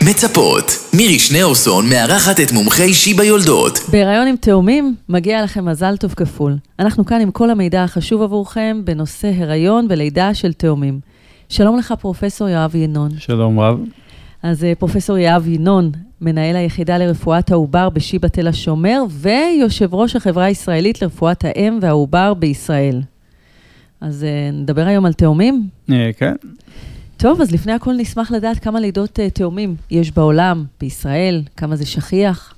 מצפות. מירי שניאורסון מארחת את מומחי שיבה יולדות. בהיריון עם תאומים מגיע לכם מזל טוב כפול. אנחנו כאן עם כל המידע החשוב עבורכם בנושא הריון ולידה של תאומים. שלום לך פרופסור יואב ינון. שלום רב. אז פרופסור יואב ינון, מנהל היחידה לרפואת העובר בשיבא תל השומר, ויושב ראש החברה הישראלית לרפואת האם והעובר בישראל. אז נדבר היום על תאומים? כן. טוב, אז לפני הכל נשמח לדעת כמה לידות תאומים יש בעולם, בישראל, כמה זה שכיח?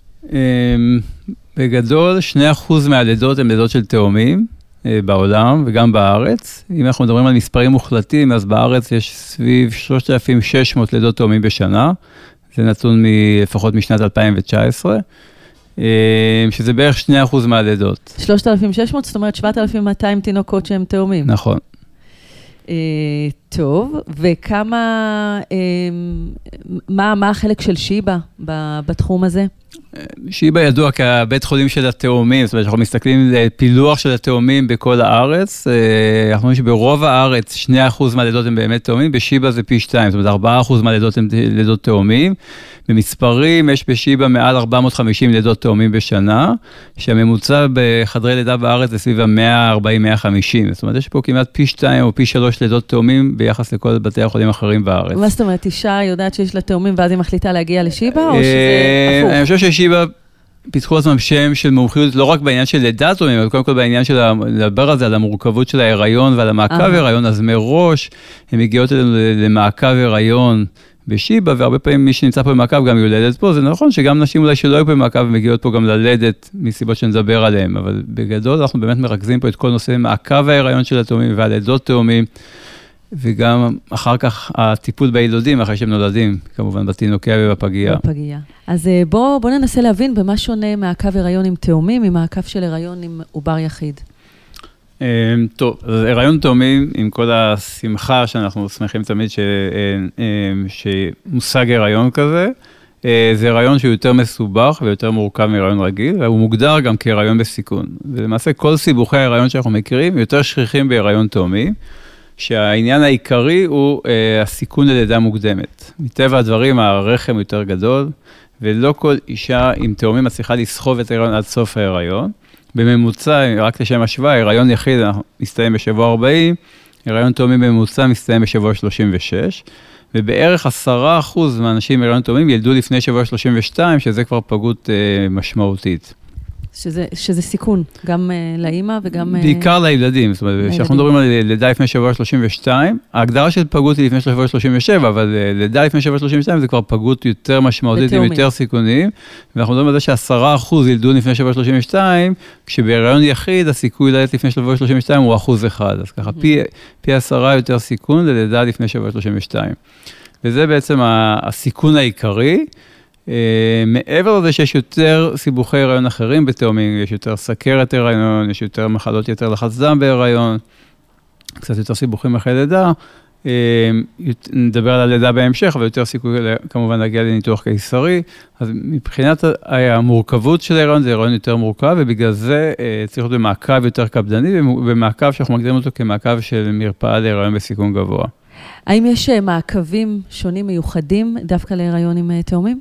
בגדול, 2% מהלידות הן לידות של תאומים בעולם וגם בארץ. אם אנחנו מדברים על מספרים מוחלטים, אז בארץ יש סביב 3,600 לידות תאומים בשנה. זה נתון לפחות משנת 2019, שזה בערך 2% מהלידות. 3,600, זאת אומרת 7,200 תינוקות שהם תאומים. נכון. טוב, וכמה, מה החלק של שיבא בתחום הזה? שיבא ידוע כבית חולים של התאומים, זאת אומרת, אנחנו מסתכלים על פילוח של התאומים בכל הארץ, אנחנו רואים שברוב הארץ 2% מהלידות הם באמת תאומים, בשיבא זה פי 2, זאת אומרת 4% מהלידות הם לידות תאומים, במספרים יש בשיבא מעל 450 לידות תאומים בשנה, שהממוצע בחדרי לידה בארץ זה סביב ה-140-150, זאת אומרת, יש פה כמעט פי 2 או פי 3 לידות תאומים ביחס לכל בתי החולים האחרים בארץ. מה זאת אומרת, אישה יודעת שיש לה תאומים ואז היא מחליטה להגיע לשיבא, או שזה הפוך? אני חושב ששיבא פיתחו עצמם שם של מומחיות, לא רק בעניין של לידת תאומים, אבל קודם כל בעניין של לדבר על זה, על המורכבות של ההיריון ועל המעקב ההיריון, אז מראש הן מגיעות אלינו למעקב ההיריון בשיבא, והרבה פעמים מי שנמצא פה במעקב גם יולדת פה, זה נכון שגם נשים אולי שלא היו פה במעקב, מגיעות פה גם ללדת מסיבות שנדבר עליהן, אבל בגדול אנחנו באמת מרכזים פה את כל נושא מעקב ההיריון של התאומים והלידות תאומים, וגם אחר כך הטיפול בילודים, אחרי שהם נולדים, כמובן בתינוקיה ובפגייה. בפגייה. אז בוא ננסה להבין במה שונה מעקב הריון עם תאומים, ממעקב של הריון עם עובר יחיד. טוב, אז הריון תאומים, עם כל השמחה שאנחנו שמחים תמיד שמושג הריון כזה, זה הריון שהוא יותר מסובך ויותר מורכב מהריון רגיל, והוא מוגדר גם כהריון בסיכון. ולמעשה כל סיבוכי ההריון שאנחנו מכירים יותר שכיחים בהריון תאומים, שהעניין העיקרי הוא הסיכון ללידה מוקדמת. מטבע הדברים, הרחם יותר גדול, ולא כל אישה עם תאומים מצליחה לסחוב את ההיריון עד סוף ההיריון. בממוצע, רק לשם השוואה, הריון יחיד מסתיים בשבוע 40, הריון תאומים בממוצע מסתיים בשבוע 36, ובערך 10% מהאנשים עם הריון תאומים ילדו לפני שבוע 32, שזה כבר פגות משמעותית. שזה סיכון, גם לאמא וגם... בעיקר לילדים, זאת אומרת, כשאנחנו מדברים על לידה לפני שבוע 32, ההגדרה של פגות היא לפני שבוע 37, אבל לידה לפני שבוע 32 זה כבר פגות יותר משמעותית עם יותר סיכונים, ואנחנו מדברים על זה ש10% ילדו לפני שבוע 32, כשבהיריון יחיד הסיכוי ללדת לפני שבוע 32 הוא 1%, אז ככה פי 10 יותר סיכון ללידה לפני שבוע 32. וזה בעצם הסיכון העיקרי, מעבר לזה שיש יותר סיבוכי הריון אחרים בתאומים, יש יותר סכרת הריון, יש יותר מחלות יתר לחץ דם בהיריון, קצת יותר סיבוכים אחרי לידה, נדבר על הלידה בהמשך, אבל יותר סיכוי כמובן להגיע לניתוח קיסרי, אז מבחינת המורכבות של ההיריון, זה הריון יותר מורכב, ובגלל זה צריך להיות במעקב יותר קפדני, ובמעקב שאנחנו מגדירים אותו כמעקב של מרפאה להיריון בסיכון גבוה. האם יש מעקבים שונים מיוחדים דווקא להיריון עם תאומים?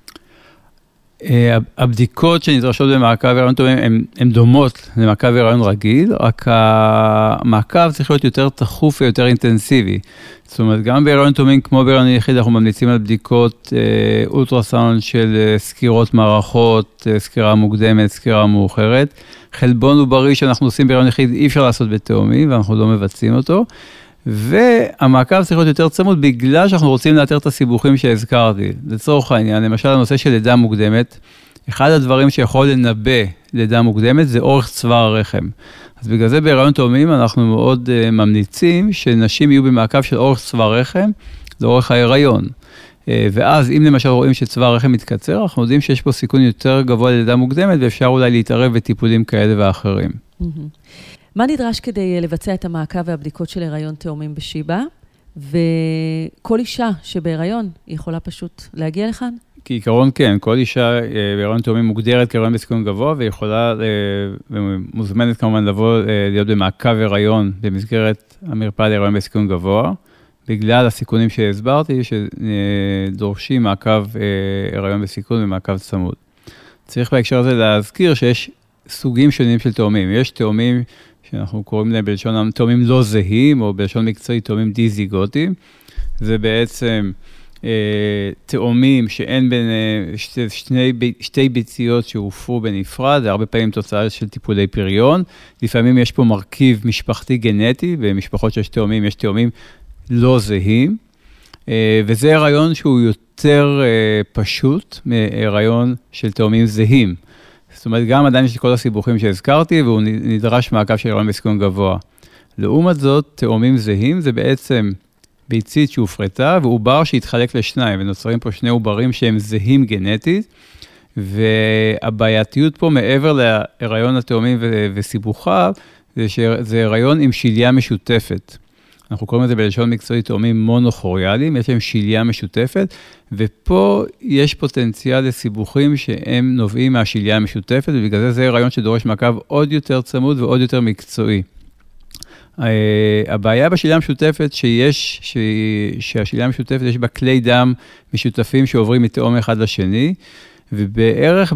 הבדיקות שנדרשות במעקב הריון תאומים הן דומות למעקב הריון רגיל, רק המעקב צריך להיות יותר תכוף ויותר אינטנסיבי. זאת אומרת, גם בהיריון תאומים כמו בהיריון יחיד, אנחנו ממליצים על בדיקות אולטרסאונד של סקירות מערכות, סקירה מוקדמת, סקירה מאוחרת. חלבון עוברי שאנחנו עושים בהיריון יחיד אי אפשר לעשות בתאומים, ואנחנו לא מבצעים אותו. והמעקב צריך להיות יותר צמוד בגלל שאנחנו רוצים לאתר את הסיבוכים שהזכרתי. לצורך העניין, למשל הנושא של לידה מוקדמת, אחד הדברים שיכול לנבא לידה מוקדמת זה אורך צוואר הרחם. אז בגלל זה בהיריון תאומים אנחנו מאוד ממליצים שנשים יהיו במעקב של אורך צוואר רחם לאורך ההיריון. ואז אם למשל רואים שצוואר הרחם מתקצר, אנחנו יודעים שיש פה סיכון יותר גבוה ללידה מוקדמת ואפשר אולי להתערב בטיפולים כאלה ואחרים. מה נדרש כדי לבצע את המעקב והבדיקות של הריון תאומים בשיבא? וכל אישה שבהיריון יכולה פשוט להגיע לכאן? כעיקרון כן, כל אישה בהיריון תאומים מוגדרת כהיריון בסיכון גבוה, ויכולה ומוזמנת כמובן לבוא להיות במעקב הריון במסגרת המרפאה להיריון בסיכון גבוה. בגלל הסיכונים שהסברתי, שדורשים מעקב הריון בסיכון ומעקב צמוד. צריך בהקשר הזה להזכיר שיש סוגים שונים של תאומים. יש תאומים שאנחנו קוראים להם בלשון תאומים לא זהים, או בלשון מקצועי תאומים דיזיגוטיים. זה בעצם תאומים שאין בין שתי ביציות שהופרו בנפרד, זה הרבה פעמים תוצאה של טיפולי פריון. לפעמים יש פה מרכיב משפחתי גנטי, במשפחות שיש תאומים, יש תאומים לא זהים, וזה הריון שהוא יותר פשוט מהריון של תאומים זהים. זאת אומרת, גם עדיין יש כל הסיבוכים שהזכרתי, והוא נדרש מעקב של הריון בסיכון גבוה. לעומת זאת, תאומים זהים זה בעצם ביצית שהופרטה, ועובר שהתחלק לשניים, ונוצרים פה שני עוברים שהם זהים גנטית, והבעייתיות פה מעבר להריון התאומים וסיבוכיו, זה שזה הריון עם שליה משותפת. אנחנו קוראים לזה בלשון מקצועית תאומים מונוכוריאליים, יש להם שליה משותפת, ופה יש פוטנציאל לסיבוכים שהם נובעים מהשליה המשותפת, ובגלל זה הריון שדורש מעקב עוד יותר צמוד ועוד יותר מקצועי. הבעיה בשליה המשותפת שהשליה המשותפת יש בה כלי דם משותפים שעוברים מתאום אחד לשני, ובערך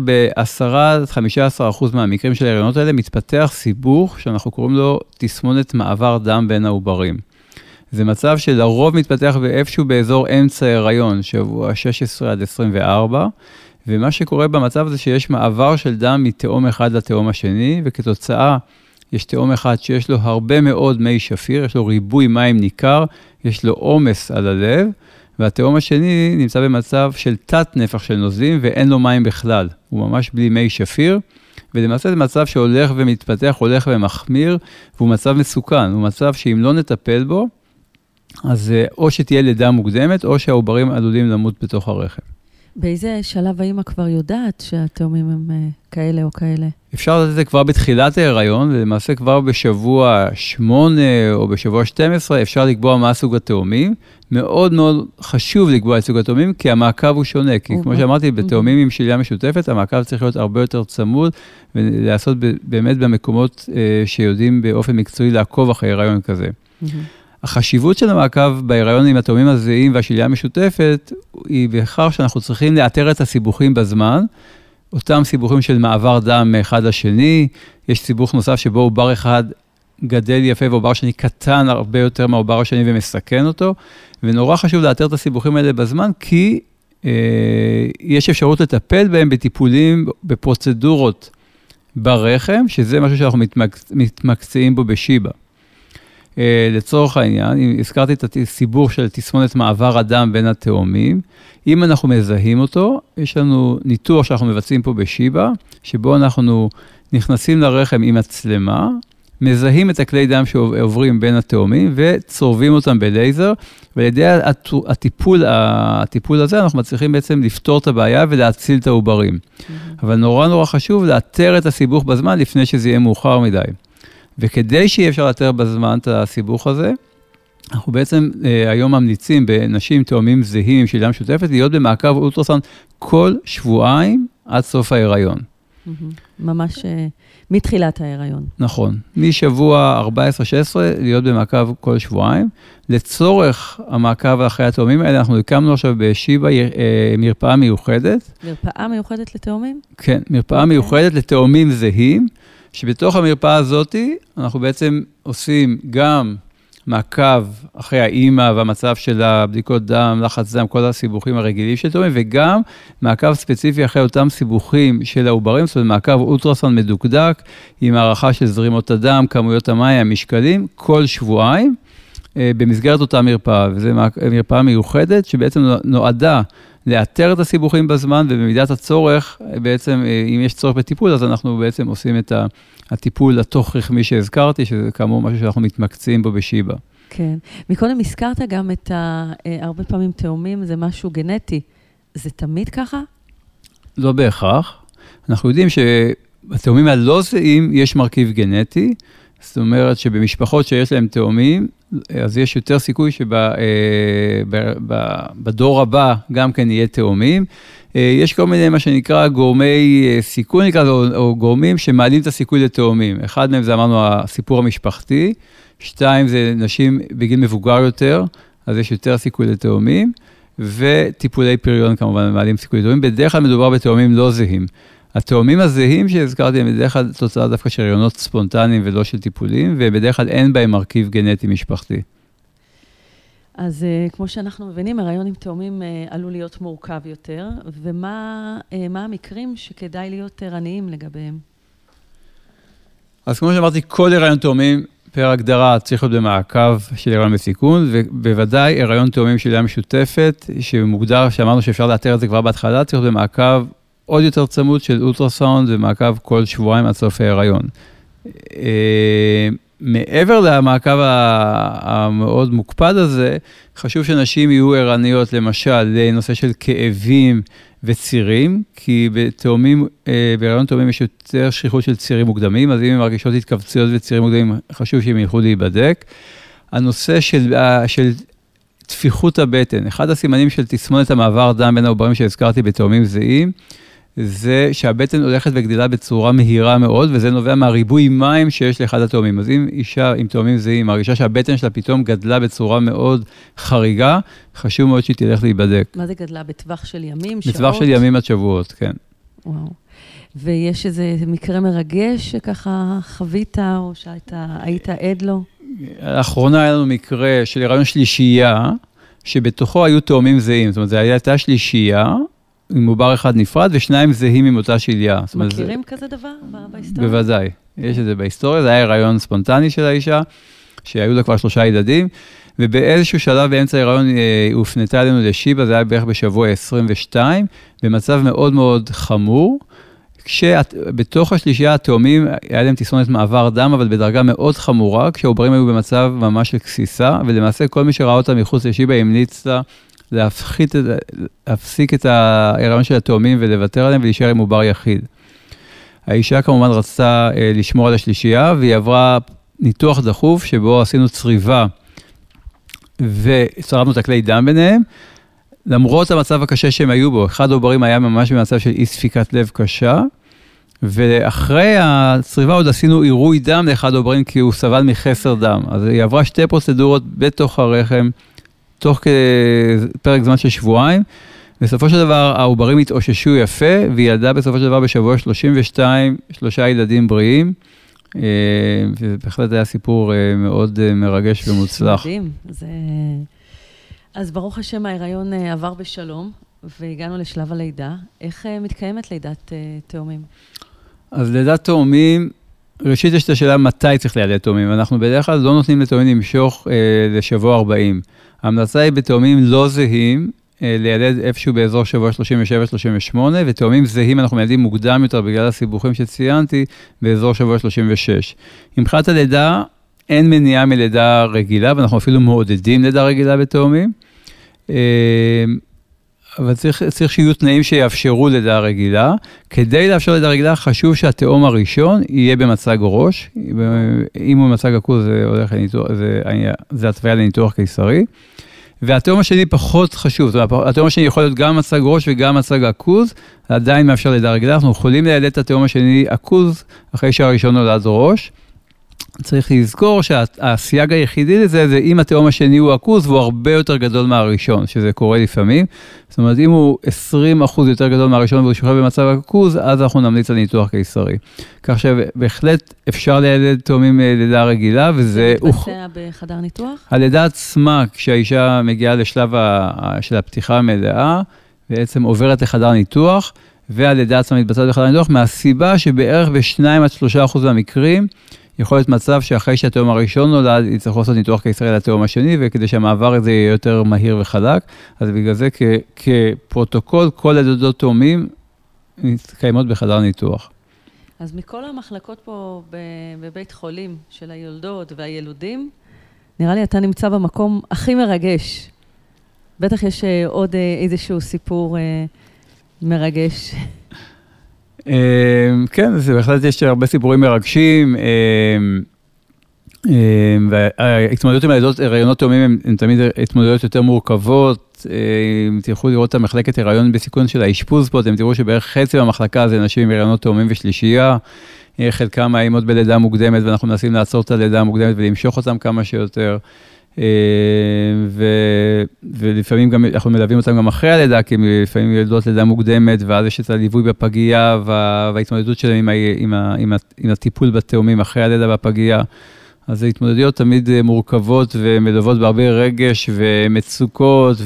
ב10-15% מהמקרים של ההריונות האלה מתפתח סיבוך שאנחנו קוראים לו תסמונת מעבר דם בין העוברים. זה מצב שלרוב מתפתח באיפשהו באזור אמצע ההיריון, שבוע 16 עד 24, ומה שקורה במצב זה שיש מעבר של דם מתאום אחד לתאום השני, וכתוצאה יש תאום אחד שיש לו הרבה מאוד מי שפיר, יש לו ריבוי מים ניכר, יש לו עומס על הלב, והתאום השני נמצא במצב של תת נפח של נוזלים, ואין לו מים בכלל, הוא ממש בלי מי שפיר, ולמעשה זה מצב שהולך ומתפתח, הולך ומחמיר, והוא מצב מסוכן, הוא מצב שאם לא נטפל בו, אז או שתהיה לידה מוקדמת, או שהעוברים עלולים למות בתוך הרחם. באיזה שלב האמא כבר יודעת שהתאומים הם כאלה או כאלה? אפשר לדעת את זה כבר בתחילת ההיריון, ולמעשה כבר בשבוע 8 או בשבוע 12 אפשר לקבוע מה סוג התאומים. מאוד מאוד חשוב לקבוע את סוג התאומים, כי המעקב הוא שונה. כי כמו שאמרתי, בתאומים עם שליה משותפת, המעקב צריך להיות הרבה יותר צמוד, ולעשות באמת במקומות שיודעים באופן מקצועי לעקוב אחרי הריון כזה. החשיבות של המעקב בהיריון עם התאומים הזהים והשליה המשותפת, היא בכך שאנחנו צריכים לאתר את הסיבוכים בזמן, אותם סיבוכים של מעבר דם מאחד לשני, יש סיבוך נוסף שבו עובר אחד גדל יפה ועובר שני קטן הרבה יותר מהעובר השני ומסכן אותו, ונורא חשוב לאתר את הסיבוכים האלה בזמן, כי יש אפשרות לטפל בהם בטיפולים, בפרוצדורות ברחם, שזה משהו שאנחנו מתמקצעים בו בשיבא. לצורך העניין, אם הזכרתי את הסיבוך של תסמונת מעבר הדם בין התאומים, אם אנחנו מזהים אותו, יש לנו ניתוח שאנחנו מבצעים פה בשיבא, שבו אנחנו נכנסים לרחם עם מצלמה, מזהים את הכלי דם שעוברים בין התאומים, וצורבים אותם בלייזר, ועל ידי הטיפול הזה אנחנו מצליחים בעצם לפתור את הבעיה ולהציל את העוברים. אבל נורא נורא חשוב לאתר את הסיבוך בזמן לפני שזה יהיה מאוחר מדי. וכדי שיהיה אפשר לאתר בזמן את הסיבוך הזה, אנחנו בעצם היום ממליצים בנשים תאומים זהים עם שליה משותפת, להיות במעקב אולטרסאונד כל שבועיים עד סוף ההיריון. ממש מתחילת ההיריון. נכון. משבוע 14-16 להיות במעקב כל שבועיים. לצורך המעקב אחרי התאומים האלה, אנחנו הקמנו עכשיו בשיבא מרפאה מיוחדת. מרפאה מיוחדת לתאומים? כן, מרפאה מיוחדת לתאומים זהים, שבתוך המרפאה הזאת אנחנו בעצם עושים גם מעקב אחרי האימא והמצב של הבדיקות דם, לחץ דם, כל הסיבוכים הרגילים של תאומים, וגם מעקב ספציפי אחרי אותם סיבוכים של העוברים, זאת אומרת מעקב אולטרסאונד מדוקדק, עם הערכה של זרימות הדם, כמויות המים, המשקלים, כל שבועיים, במסגרת אותה מרפאה, וזו מרפאה מיוחדת שבעצם נועדה לאתר את הסיבוכים בזמן, ובמידת הצורך, בעצם, אם יש צורך בטיפול, אז אנחנו בעצם עושים את הטיפול התוך רחמי שהזכרתי, שזה כאמור משהו שאנחנו מתמקצעים בו בשיבא. כן. מקודם הזכרת גם את הרבה פעמים תאומים, זה משהו גנטי. זה תמיד ככה? לא בהכרח. אנחנו יודעים שבתאומים הלא זהים יש מרכיב גנטי, זאת אומרת שבמשפחות שיש להם תאומים, אז יש יותר סיכוי שבדור הבא גם כן יהיה תאומים. יש כל מיני מה שנקרא גורמי סיכון, או גורמים שמעלים את הסיכוי לתאומים. אחד מהם זה אמרנו הסיפור המשפחתי, 2 זה נשים בגיל מבוגר יותר, אז יש יותר סיכוי לתאומים, וטיפולי פריון כמובן מעלים סיכוי לתאומים, בדרך כלל מדובר בתאומים לא זהים. התאומים הזהים שהזכרתי הם בדרך כלל תוצאה דווקא של הריונות ספונטניים ולא של טיפולים, ובדרך כלל אין בהם מרכיב גנטי משפחתי. אז כמו שאנחנו מבינים, הריון עם תאומים עלול להיות מורכב יותר, ומה המקרים שכדאי להיות ערניים לגביהם? אז כמו שאמרתי, כל הריון תאומים פר הגדרה צריך להיות במעקב של הריון בסיכון, ובוודאי הריון תאומים של ים משותפת, שמוגדר, שאמרנו שאפשר לאתר את זה כבר בהתחלה, צריך להיות במעקב עוד יותר צמוד של אולטרסאונד, ומעקב כל שבועיים עד סוף ההיריון. מעבר למעקב המאוד מוקפד הזה, חשוב שנשים יהיו ערניות, למשל, לנושא של כאבים וצירים, כי בהיריון תאומים יש יותר שכיחות של צירים מוקדמים, אז אם הן מרגישות התכווצויות וצירים מוקדמים, חשוב שהם ילכו להיבדק. הנושא של תפיחות הבטן, אחד הסימנים של תסמונת המעבר דם בין העוברים שהזכרתי בתאומים זהים, זה שהבטן הולכת וגדלה בצורה מהירה מאוד, וזה נובע מהריבוי מים שיש לאחד התאומים. אז אם אישה עם תאומים זהים, מרגישה שהבטן שלה פתאום גדלה בצורה מאוד חריגה, חשוב מאוד שהיא תלך להיבדק. מה זה גדלה? בטווח של ימים, שעות? בטווח של ימים עד שבועות, כן. וואו. ויש איזה מקרה מרגש שככה חווית, או שהיית עד לו? לאחרונה היה לנו מקרה של הריון שלישייה, שבתוכו היו תאומים זהים. זאת אומרת, זה הייתה שלישייה, עם עובר אחד נפרד, ושניים זהים עם אותה שליה. מכירים כזה דבר בהיסטוריה? בוודאי, יש את זה בהיסטוריה, זה היה הריון ספונטני של האישה, שהיו לה כבר 3 ילדים, ובאיזשהו שלב באמצע ההיריון היא הופנתה אלינו לשיבא, זה היה בערך בשבוע 22, במצב מאוד מאוד חמור, כשבתוך השלישייה התאומים היה להם תסמונת מעבר דם, אבל בדרגה מאוד חמורה, כשהעוברים היו במצב ממש של כסיסה, ולמעשה כל מי שראה אותה מחוץ לשיבא המליץ לה, להפסיק את ההיריון של התאומים ולוותר עליהם ולהישאר עם עובר יחיד. האישה כמובן רצתה לשמור על השלישייה, והיא עברה ניתוח דחוף שבו עשינו צריבה וצרבנו את הכלי דם ביניהם, למרות המצב הקשה שהם היו בו. אחד העוברים היה ממש במצב של אי ספיקת לב קשה, ואחרי הצריבה עוד עשינו עירוי דם לאחד העוברים כי הוא סבל מחסר דם. אז היא עברה 2 פרוצדורות בתוך הרחם, תוך פרק זמן של שבועיים, בסופו של דבר העוברים התאוששו יפה, והיא ילדה בסופו של דבר בשבוע 32, 3 ילדים בריאים, ובהחלט היה סיפור מאוד מרגש ומוצלח. מדהים. אז ברוך השם ההיריון עבר בשלום, והגענו לשלב הלידה. איך מתקיימת לידת תאומים? אז לידת תאומים, ראשית יש את השאלה מתי צריך לילד תאומים. אנחנו בדרך כלל לא נותנים לתאומים למשוך לשבוע 40. ההמלצה היא בתאומים לא זהים, לילד איפשהו באזור שבוע 37-38, ותאומים זהים אנחנו מילדים מוקדם יותר בגלל הסיבוכים שציינתי, באזור שבוע 36. מבחינת הלידה, אין מניעה מלידה רגילה, ואנחנו אפילו מעודדים לידה רגילה בתאומים, אבל צריך שיהיו תנאים שיאפשרו לידה רגילה. כדי לאפשר לידה רגילה, חשוב שהתאום הראשון יהיה במצג ראש. אם הוא במצג עכוז, זה התוויה לניתוח קיסרי. והתאום השני פחות חשוב. זאת אומרת, התאום השני יכול להיות גם מצג ראש וגם מצג עכוז, עדיין מאפשר לידה רגילה. אנחנו יכולים לילד את התאום השני עכוז, אחרי שהראשון נולד ראש. צריך לזכור שהסייג היחידי לזה, זה אם התאום השני הוא עכוז, והוא הרבה יותר גדול מהראשון, שזה קורה לפעמים. זאת אומרת, אם הוא 20% יותר גדול מהראשון, והוא שוכב במצב עכוז, אז אנחנו נמליץ על ניתוח קיסרי. כך שבהחלט אפשר לילד תאומים לידה רגילה, וזה... זה מתבצע בחדר ניתוח? הלידה עצמה, כשהאישה מגיעה לשלב של הפתיחה המלאה, בעצם עוברת לחדר ניתוח, והלידה עצמה מתבצעת בחדר ניתוח, מהסיבה שבערך ב2-3% מהמקרים, יכול להיות מצב שאחרי שהתאום הראשון נולד, יצטרכו לעשות ניתוח קיסרי לתאום השני, וכדי שהמעבר הזה יהיה יותר מהיר וחלק, אז בגלל זה כפרוטוקול, כל לידות תאומים מתקיימות בחדר ניתוח. אז מכל המחלקות פה בבית חולים של היולדות והילודים, נראה לי אתה נמצא במקום הכי מרגש. בטח יש עוד איזשהו סיפור מרגש. כן, זה בהחלט יש הרבה סיפורים מרגשים, וההתמודדות עם הריונות תאומים הן תמיד התמודדויות יותר מורכבות. אם תלכו לראות את המחלקת הריון בסיכון של האשפוז פה, אתם תראו שבערך חצי מהמחלקה זה נשים עם הריונות תאומים ושלישייה, חלקם האימות בלידה מוקדמת, ואנחנו מנסים לעצור את הלידה המוקדמת ולמשוך אותם כמה שיותר. ולפעמים גם, אנחנו מלווים אותם גם אחרי הלידה, כי לפעמים ילדות לידה מוקדמת, ואז יש את הליווי בפגייה, וההתמודדות שלהם עם הטיפול בתאומים אחרי הלידה בפגייה. אז ההתמודדויות תמיד מורכבות ומלוות בהרבה רגש ומצוקות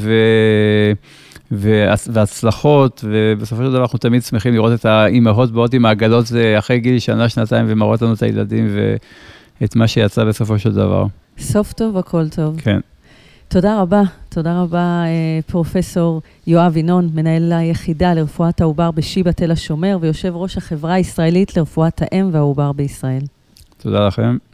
והצלחות, ובסופו של דבר אנחנו תמיד שמחים לראות את האימהות באות עם העגלות אחרי גיל שנה, שנתיים, ומראות לנו את הילדים ואת מה שיצא בסופו של דבר. סוף טוב, הכל טוב. כן. תודה רבה, פרופסור יואב ינון, מנהל היחידה לרפואת העובר בשיבא תל השומר, ויושב ראש החברה הישראלית לרפואת האם והעובר בישראל. תודה לכם.